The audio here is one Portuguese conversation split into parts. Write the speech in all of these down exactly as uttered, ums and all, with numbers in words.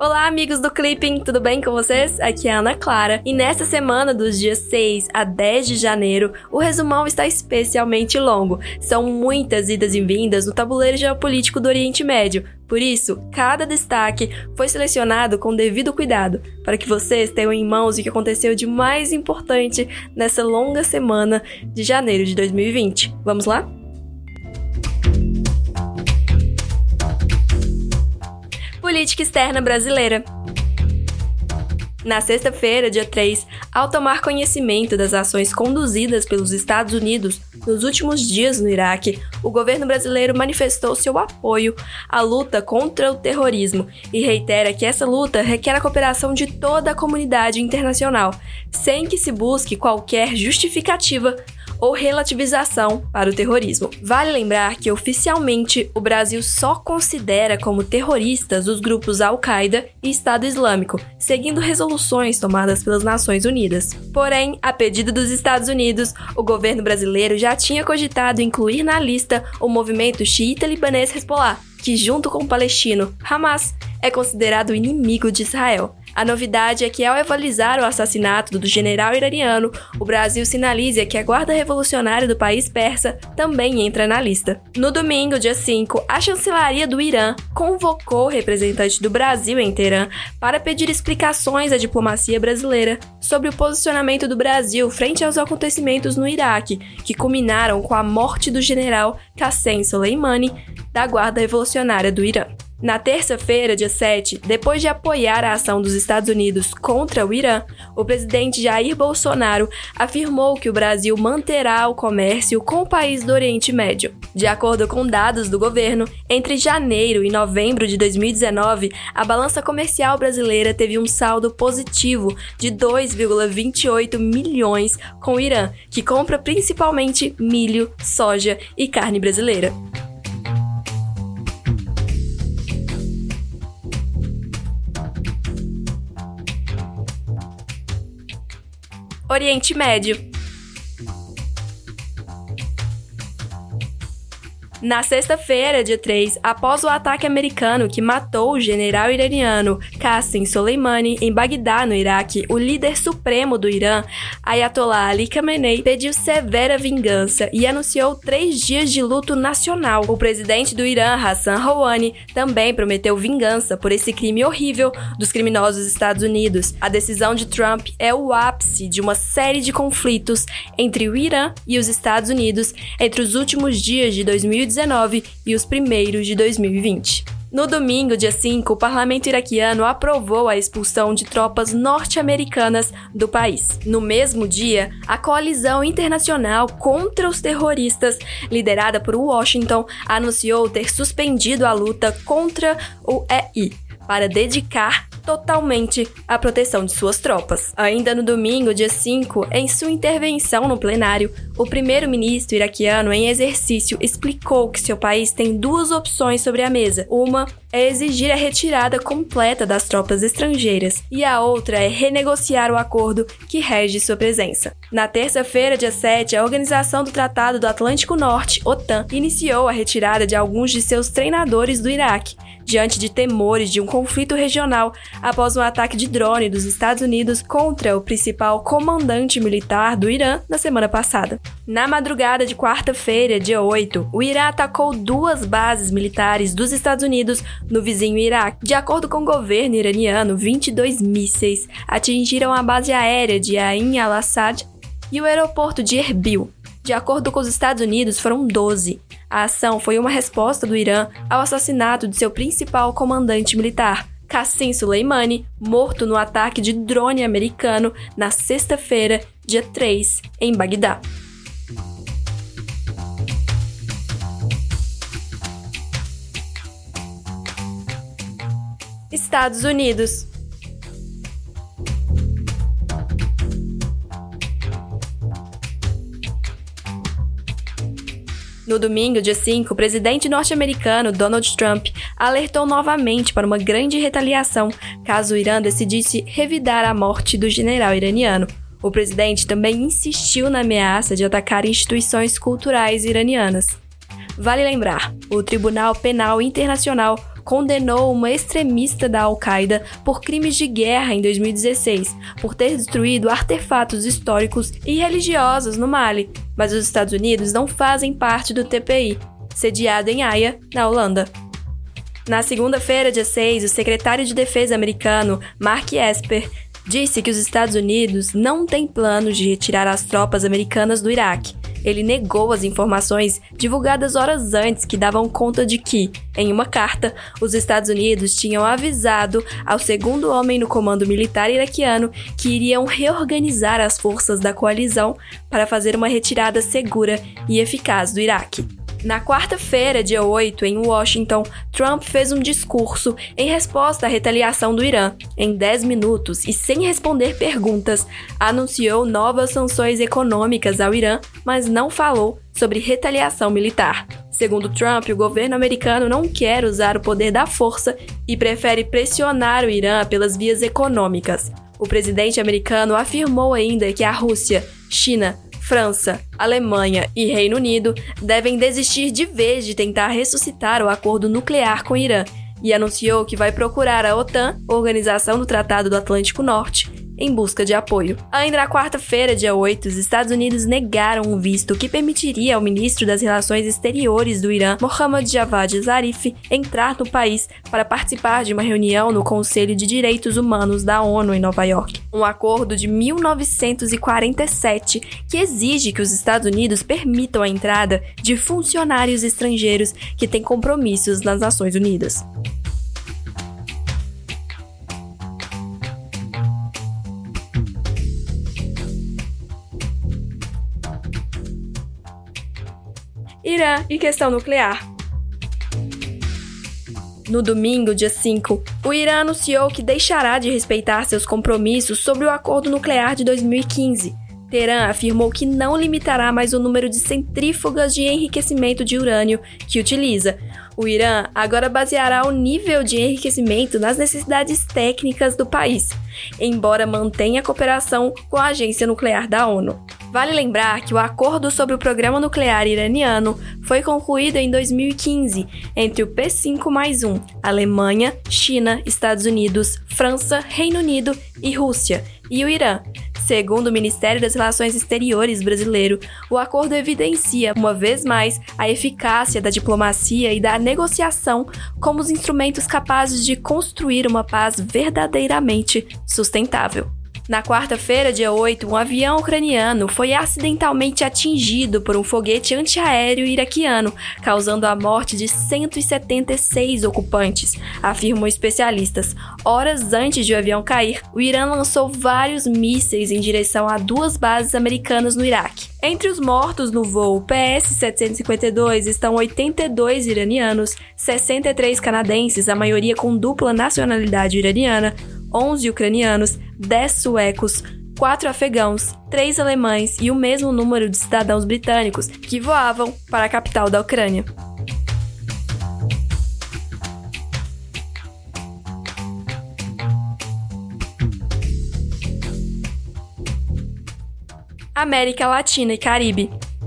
Olá, amigos do Clipping, tudo bem com vocês? Aqui é a Ana Clara e nesta semana dos dias seis a dez de janeiro, o resumão está especialmente longo. São muitas idas e vindas no tabuleiro geopolítico do Oriente Médio. Por isso, cada destaque foi selecionado com devido cuidado, para que vocês tenham em mãos o que aconteceu de mais importante nessa longa semana de janeiro de dois mil e vinte. Vamos lá? Política externa brasileira. Na sexta-feira, dia três, ao tomar conhecimento das ações conduzidas pelos Estados Unidos nos últimos dias no Iraque, o governo brasileiro manifestou seu apoio à luta contra o terrorismo e reitera que essa luta requer a cooperação de toda a comunidade internacional, sem que se busque qualquer justificativa ou relativização para o terrorismo. Vale lembrar que, oficialmente, o Brasil só considera como terroristas os grupos Al-Qaeda e Estado Islâmico, seguindo resoluções tomadas pelas Nações Unidas. Porém, a pedido dos Estados Unidos, o governo brasileiro já tinha cogitado incluir na lista o movimento xiita libanês Hezbollah, que, junto com o palestino Hamas, é considerado inimigo de Israel. A novidade é que, ao avalizar o assassinato do general iraniano, o Brasil sinaliza que a Guarda Revolucionária do país persa também entra na lista. No domingo, dia cinco, a chancelaria do Irã convocou o representante do Brasil em Teherã para pedir explicações à diplomacia brasileira sobre o posicionamento do Brasil frente aos acontecimentos no Iraque, que culminaram com a morte do general Qassem Soleimani, da Guarda Revolucionária do Irã. Na terça-feira, dia sete, depois de apoiar a ação dos Estados Unidos contra o Irã, o presidente Jair Bolsonaro afirmou que o Brasil manterá o comércio com o país do Oriente Médio. De acordo com dados do governo, entre janeiro e novembro de dois mil e dezenove, a balança comercial brasileira teve um saldo positivo de dois vírgula vinte e oito milhões com o Irã, que compra principalmente milho, soja e carne brasileira. Oriente Médio. Na sexta-feira, dia três, após o ataque americano que matou o general iraniano Qassem Soleimani em Bagdá, no Iraque, o líder supremo do Irã, Ayatollah Ali Khamenei, pediu severa vingança e anunciou três dias de luto nacional. O presidente do Irã, Hassan Rouhani, também prometeu vingança por esse crime horrível dos criminosos Estados Unidos. A decisão de Trump é o ápice de uma série de conflitos entre o Irã e os Estados Unidos entre os últimos dias de dois mil e dezenove e os primeiros de dois mil e vinte. No domingo, dia cinco, o parlamento iraquiano aprovou a expulsão de tropas norte-americanas do país. No mesmo dia, a coalizão internacional contra os terroristas, liderada por Washington, anunciou ter suspendido a luta contra o E I para dedicar totalmente à proteção de suas tropas. Ainda no domingo, dia cinco, em sua intervenção no plenário, o primeiro-ministro iraquiano em exercício explicou que seu país tem duas opções sobre a mesa. Uma é exigir a retirada completa das tropas estrangeiras e a outra é renegociar o acordo que rege sua presença. Na terça-feira, dia sete, a Organização do Tratado do Atlântico Norte, OTAN, iniciou a retirada de alguns de seus treinadores do Iraque, diante de temores de um conflito regional após um ataque de drone dos Estados Unidos contra o principal comandante militar do Irã na semana passada. Na madrugada de quarta-feira, dia oito, o Irã atacou duas bases militares dos Estados Unidos no vizinho Iraque. De acordo com o governo iraniano, vinte e dois mísseis atingiram a base aérea de Ain al-Assad e o aeroporto de Erbil. De acordo com os Estados Unidos, foram doze. A ação foi uma resposta do Irã ao assassinato de seu principal comandante militar, Qassem Soleimani, morto no ataque de drone americano na sexta-feira, dia três, em Bagdá. Estados Unidos. No domingo, dia cinco, o presidente norte-americano Donald Trump alertou novamente para uma grande retaliação caso o Irã decidisse revidar a morte do general iraniano. O presidente também insistiu na ameaça de atacar instituições culturais iranianas. Vale lembrar, o Tribunal Penal Internacional condenou uma extremista da Al-Qaeda por crimes de guerra em dois mil e dezesseis, por ter destruído artefatos históricos e religiosos no Mali, mas os Estados Unidos não fazem parte do T P I, sediado em Haia, na Holanda. Na segunda-feira, dia seis, o secretário de Defesa americano, Mark Esper, disse que os Estados Unidos não têm planos de retirar as tropas americanas do Iraque. Ele negou as informações divulgadas horas antes que davam conta de que, em uma carta, os Estados Unidos tinham avisado ao segundo homem no comando militar iraquiano que iriam reorganizar as forças da coalizão para fazer uma retirada segura e eficaz do Iraque. Na quarta-feira, dia oito, em Washington, Trump fez um discurso em resposta à retaliação do Irã. Em dez minutos e sem responder perguntas, anunciou novas sanções econômicas ao Irã, mas não falou sobre retaliação militar. Segundo Trump, o governo americano não quer usar o poder da força e prefere pressionar o Irã pelas vias econômicas. O presidente americano afirmou ainda que a Rússia, China, França, Alemanha e Reino Unido devem desistir de vez de tentar ressuscitar o acordo nuclear com o Irã e anunciou que vai procurar a OTAN, Organização do Tratado do Atlântico Norte, em busca de apoio. Ainda na quarta-feira, dia oito, os Estados Unidos negaram um visto que permitiria ao ministro das Relações Exteriores do Irã, Mohammad Javad Zarif, entrar no país para participar de uma reunião no Conselho de Direitos Humanos da ONU em Nova York. Um acordo de mil novecentos e quarenta e sete que exige que os Estados Unidos permitam a entrada de funcionários estrangeiros que têm compromissos nas Nações Unidas. Irã e questão nuclear. No domingo, dia cinco, o Irã anunciou que deixará de respeitar seus compromissos sobre o acordo nuclear de dois mil e quinze. Teherã afirmou que não limitará mais o número de centrífugas de enriquecimento de urânio que utiliza. O Irã agora baseará o nível de enriquecimento nas necessidades técnicas do país, embora mantenha a cooperação com a Agência Nuclear da ONU. Vale lembrar que o acordo sobre o programa nuclear iraniano foi concluído em dois mil e quinze entre o P cinco mais um, Alemanha, China, Estados Unidos, França, Reino Unido e Rússia, e o Irã. Segundo o Ministério das Relações Exteriores brasileiro, o acordo evidencia, uma vez mais, a eficácia da diplomacia e da negociação como os instrumentos capazes de construir uma paz verdadeiramente sustentável. Na quarta-feira, dia oito, um avião ucraniano foi acidentalmente atingido por um foguete antiaéreo iraquiano, causando a morte de cento e setenta e seis ocupantes, afirmam especialistas. Horas antes de o avião cair, o Irã lançou vários mísseis em direção a duas bases americanas no Iraque. Entre os mortos no voo P S setecentos e cinquenta e dois estão oitenta e dois iranianos, sessenta e três canadenses, a maioria com dupla nacionalidade iraniana, onze ucranianos, dez suecos, quatro afegãos, três alemães e o mesmo número de cidadãos britânicos que voavam para a capital da Ucrânia. América Latina e Caribe.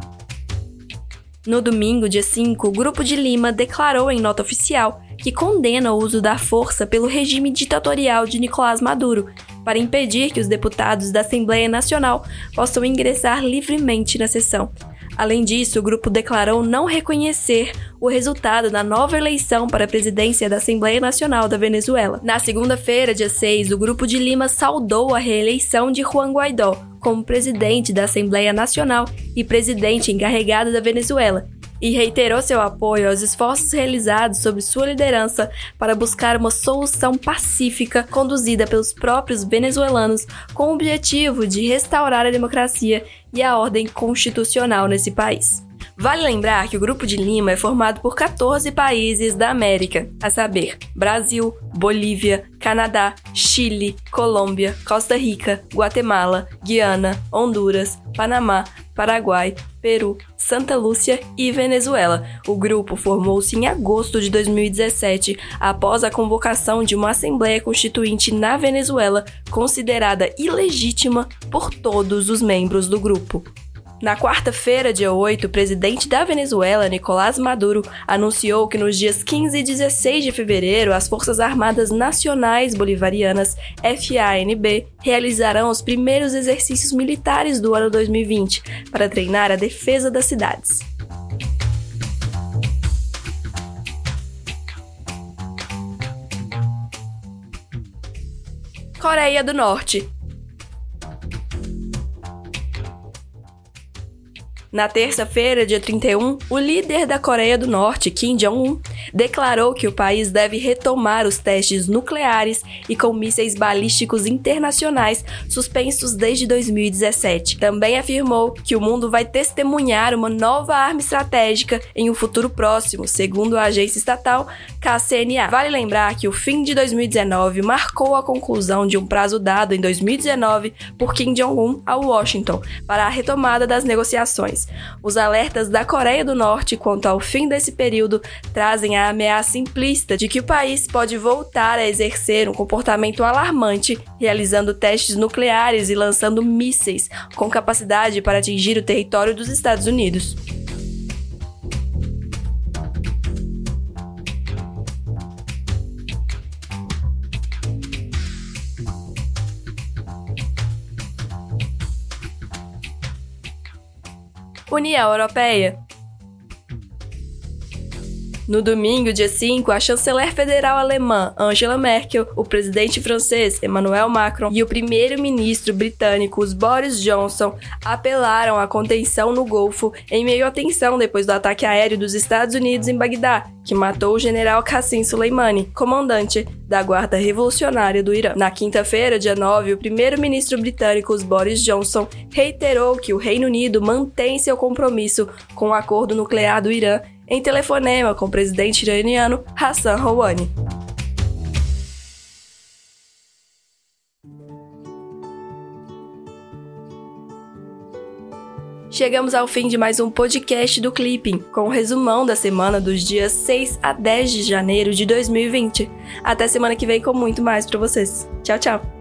No domingo, dia cinco, o Grupo de Lima declarou em nota oficial que condena o uso da força pelo regime ditatorial de Nicolás Maduro para impedir que os deputados da Assembleia Nacional possam ingressar livremente na sessão. Além disso, o grupo declarou não reconhecer o resultado da nova eleição para a presidência da Assembleia Nacional da Venezuela. Na segunda-feira, dia seis, o Grupo de Lima saudou a reeleição de Juan Guaidó como presidente da Assembleia Nacional e presidente encarregado da Venezuela, e reiterou seu apoio aos esforços realizados sob sua liderança para buscar uma solução pacífica conduzida pelos próprios venezuelanos com o objetivo de restaurar a democracia e a ordem constitucional nesse país. Vale lembrar que o Grupo de Lima é formado por quatorze países da América, a saber, Brasil, Bolívia, Canadá, Chile, Colômbia, Costa Rica, Guatemala, Guiana, Honduras, Panamá, Paraguai, Peru, Santa Lúcia e Venezuela. O grupo formou-se em agosto de dois mil e dezessete, após a convocação de uma Assembleia Constituinte na Venezuela, considerada ilegítima por todos os membros do grupo. Na quarta-feira, dia oito, o presidente da Venezuela, Nicolás Maduro, anunciou que nos dias quinze e dezesseis de fevereiro, as Forças Armadas Nacionais Bolivarianas, F A N B, realizarão os primeiros exercícios militares do ano dois mil e vinte para treinar a defesa das cidades. Coreia do Norte. Na terça-feira, dia trinta e um, o líder da Coreia do Norte, Kim Jong-un, declarou que o país deve retomar os testes nucleares e com mísseis balísticos internacionais suspensos desde dois mil e dezessete. Também afirmou que o mundo vai testemunhar uma nova arma estratégica em um futuro próximo, segundo a agência estatal K C N A. Vale lembrar que o fim de dois mil e dezenove marcou a conclusão de um prazo dado em dois mil e dezenove por Kim Jong-un a Washington para a retomada das negociações. Os alertas da Coreia do Norte quanto ao fim desse período trazem a ameaça implícita de que o país pode voltar a exercer um comportamento alarmante, realizando testes nucleares e lançando mísseis com capacidade para atingir o território dos Estados Unidos. União Europeia. No domingo, dia cinco, a chanceler federal alemã Angela Merkel, o presidente francês Emmanuel Macron e o primeiro-ministro britânico Boris Johnson apelaram à contenção no Golfo em meio à tensão depois do ataque aéreo dos Estados Unidos em Bagdá, que matou o general Qasem Soleimani, comandante da Guarda Revolucionária do Irã. Na quinta-feira, dia nove, o primeiro-ministro britânico Boris Johnson reiterou que o Reino Unido mantém seu compromisso com o acordo nuclear do Irã em telefonema com o presidente iraniano Hassan Rouhani. Chegamos ao fim de mais um podcast do Clipping, com o resumão da semana dos dias seis a dez de janeiro de dois mil e vinte. Até semana que vem com muito mais para vocês. Tchau, tchau!